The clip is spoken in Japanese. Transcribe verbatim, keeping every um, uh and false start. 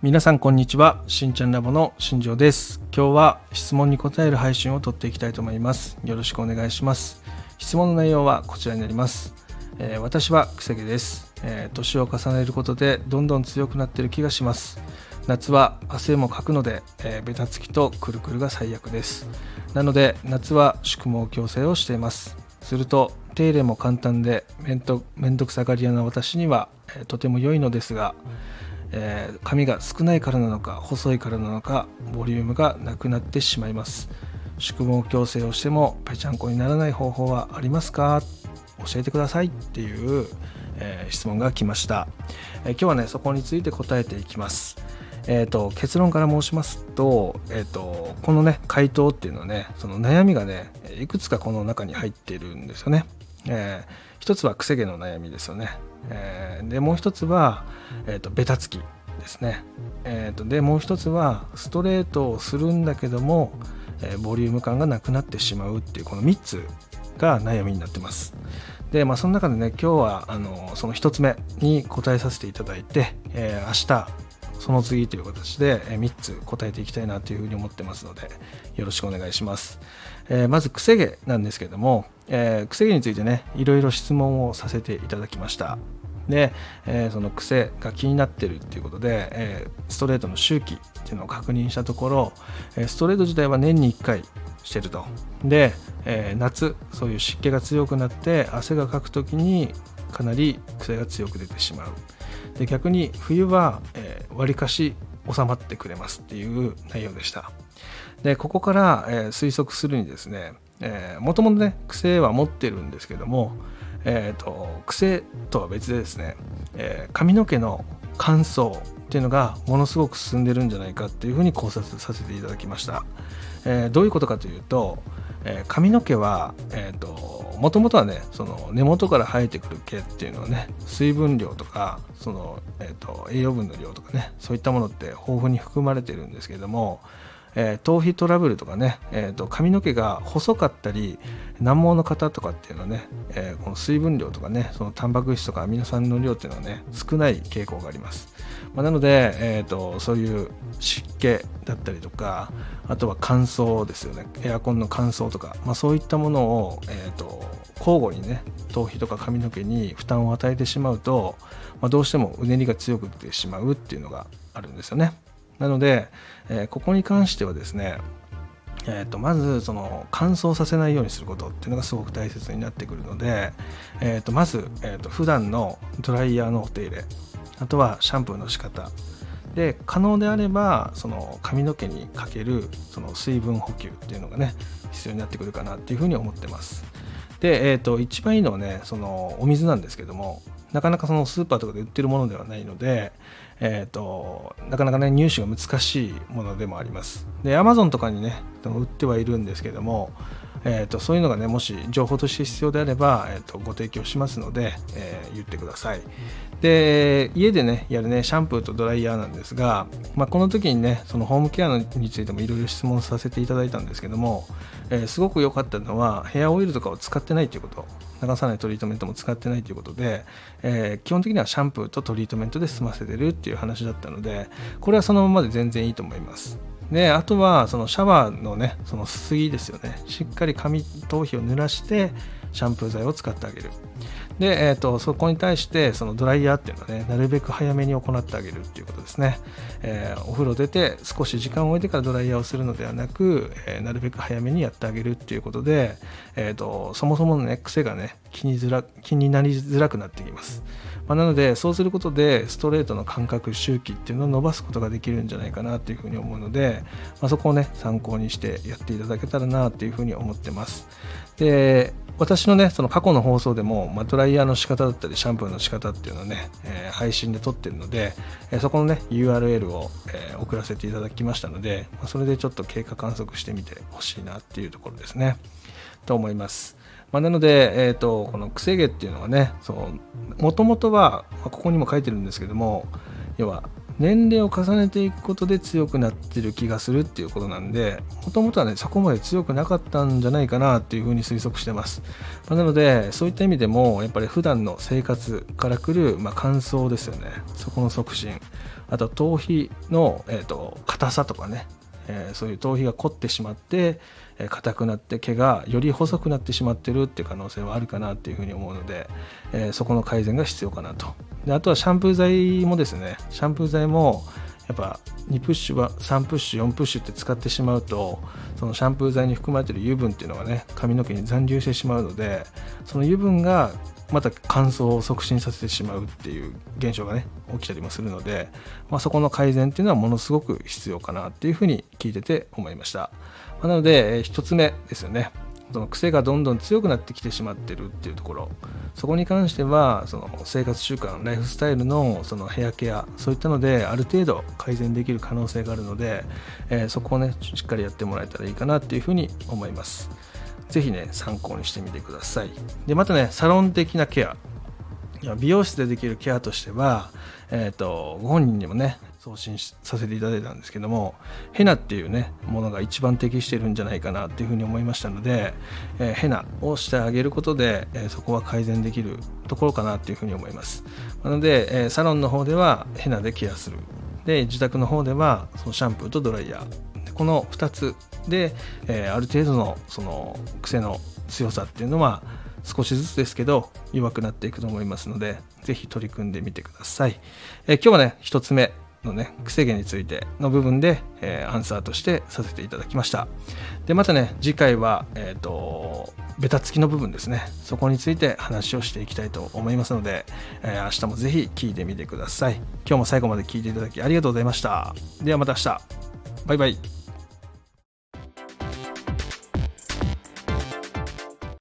皆さんこんにちは。しんちゃんラボの新庄です。今日は質問に答える配信を撮っていきたいと思います。よろしくお願いします。質問の内容はこちらになります。えー、私はくせ毛です、えー。年を重ねることでどんどん強くなっている気がします。夏は汗もかくので、えー、ベタつきとくるくるが最悪です。なので夏は宿毛矯正をしています。すると手入れも簡単でめんど、めんどくさがり屋な私には、えー、とても良いのですが、えー、髪が少ないからなのか細いからなのかボリュームがなくなってしまいます。宿毛矯正をしてもぺちゃんこにならない方法はありますか？教えてくださいっていう、えー、質問が来ました。えー、今日はねそこについて答えていきます。えー、と結論から申しますと、えー、とこのね回答っていうのはねその悩みがねいくつかこの中に入っているんですよね。えー、一つはくせ毛の悩みですよね。えー、でもう一つは、えー、とベタつきですね。えー、とでもう一つはストレートをするんだけども、えー、ボリューム感がなくなってしまうっていうこのみっつが悩みになってます。で、まあ、その中でね今日はあのそのひとつめに答えさせていただいて、えー、明日その次という形でみっつ答えていきたいなというふうに思ってますのでよろしくお願いします。えー、まずくせ毛なんですけれども、えー、くせ毛についてねいろいろ質問をさせていただきました。で、えー、その癖が気になってるっていうことで、えー、ストレートの周期っていうのを確認したところ、えー、ストレート自体は年にいっかいしてると。で、えー、夏そういう湿気が強くなって汗がかくときにかなり癖が強く出てしまう。で逆に冬はわり、えー、かし収まってくれますっていう内容でした。でここから、えー、推測するにですね、えー、もともとね癖は持ってるんですけども、えー、と癖とは別でですね、えー、髪の毛の乾燥っていうのがものすごく進んでるんじゃないかっていうふうに考察させていただきました。えー、どういうことかというと、えー、髪の毛は、えー、ともともとはねその根元から生えてくる毛っていうのはね水分量とかその、えー、と栄養分の量とかねそういったものって豊富に含まれてるんですけれども、えー、頭皮トラブルとかね、えー、と髪の毛が細かったり軟毛の方とかっていうのはね、えー、この水分量とかねそのタンパク質とかアミノ酸の量っていうのはね少ない傾向があります。まあ、なので、えー、とそういう湿気だったりとかあとは乾燥ですよね。エアコンの乾燥とか、まあ、そういったものを、えー、と交互にね頭皮とか髪の毛に負担を与えてしまうと、まあ、どうしてもうねりが強く出てしまうっていうのがあるんですよね。なので、えー、ここに関してはですね、えー、とまずその乾燥させないようにすることっていうのがすごく大切になってくるので、えー、とまず、えー、と普段のドライヤーのお手入れ、あとはシャンプーの仕方で可能であればその髪の毛にかけるその水分補給っていうのがね必要になってくるかなっていうふうに思ってます。で、えー、と一番いいのはねそのお水なんですけども、なかなかそのスーパーとかで売ってるものではないので、えー、となかなかね入手が難しいものでもあります。で Amazon とかにね売ってはいるんですけども、えー、とそういうのがねもし情報として必要であれば、えー、とご提供しますので、えー、言ってください。で家でねやるねシャンプーとドライヤーなんですが、まあ、この時にねそのホームケアについてもいろいろ質問させていただいたんですけども、えー、すごく良かったのはヘアオイルとかを使ってないということ、流さないトリートメントも使ってないということで、えー、基本的にはシャンプーとトリートメントで済ませてるっていう話だったので、これはそのままで全然いいと思います。であとはそのシャワーのねそのすすぎですよね。しっかり髪頭皮を濡らしてシャンプー剤を使ってあげる。で、えー、とそこに対してそのドライヤーっていうのはねなるべく早めに行ってあげるっていうことですね。えー、お風呂出て少し時間を置いてからドライヤーをするのではなく、えー、なるべく早めにやってあげるっていうことで、えー、とそもそものね癖がね気にづら気になりづらくなってきます。まあ、なのでそうすることでストレートの感覚周期っていうのを伸ばすことができるんじゃないかなというふうに思うので、まあ、そこをね参考にしてやっていただけたらなというふうに思ってます。で私のねその過去の放送でも、まあ、ドライヤーの仕方だったりシャンプーの仕方っていうのをね、えー、配信で撮ってるので、えー、そこのね ユーアールエル を、えー、送らせていただきましたので、まあ、それでちょっと経過観測してみてほしいなっていうところですねと思います。まあ、なので、えーと、このくせ毛っていうのはねもともとは、まあ、ここにも書いてるんですけども、要は年齢を重ねていくことで強くなってる気がするっていうことなんで、もともとはねそこまで強くなかったんじゃないかなっていうふうに推測してます。まあ、なのでそういった意味でもやっぱり普段の生活からくる、まあ、乾燥ですよね。そこの促進、あと頭皮の、えーと、硬さとかね、えー、そういう頭皮が凝ってしまってえー、硬くなって毛がより細くなってしまってるっていう可能性はあるかなっていうふうに思うので、えー、そこの改善が必要かなと。であとはシャンプー剤もですね、シャンプー剤もやっぱにプッシュはさんプッシュよんプッシュって使ってしまうと、そのシャンプー剤に含まれている油分っていうのがね髪の毛に残留してしまうので、その油分がまた乾燥を促進させてしまうっていう現象がね起きたりもするので、まあ、そこの改善っていうのはものすごく必要かなっていうふうに聞いてて思いました。まあ、なので、えー、ひとつめですよね。その癖がどんどん強くなってきてしまってるっていうところ、そこに関してはその生活習慣、ライフスタイルのそのヘアケア、そういったのである程度改善できる可能性があるので、えー、そこをねしっかりやってもらえたらいいかなっていうふうに思います。ぜひね参考にしてみてください。でまたねサロン的なケア、美容室でできるケアとしては、えーと、ご本人にもね送信させていただいたんですけども、ヘナっていうねものが一番適しているんじゃないかなっていうふうに思いましたので、えー、ヘナをしてあげることで、えー、そこは改善できるところかなっていうふうに思います。なので、えー、サロンの方ではヘナでケアする、で自宅の方ではそのシャンプーとドライヤー、このふたつで、えー、ある程度のその癖の強さっていうのは少しずつですけど弱くなっていくと思いますので、ぜひ取り組んでみてください。えー、今日はねひとつめのね癖毛についての部分で、えー、アンサーとしてさせていただきました。でまたね次回はえっとベタつきの部分ですね、そこについて話をしていきたいと思いますので、えー、明日もぜひ聞いてみてください。今日も最後まで聞いていただきありがとうございました。ではまた明日、バイバイ。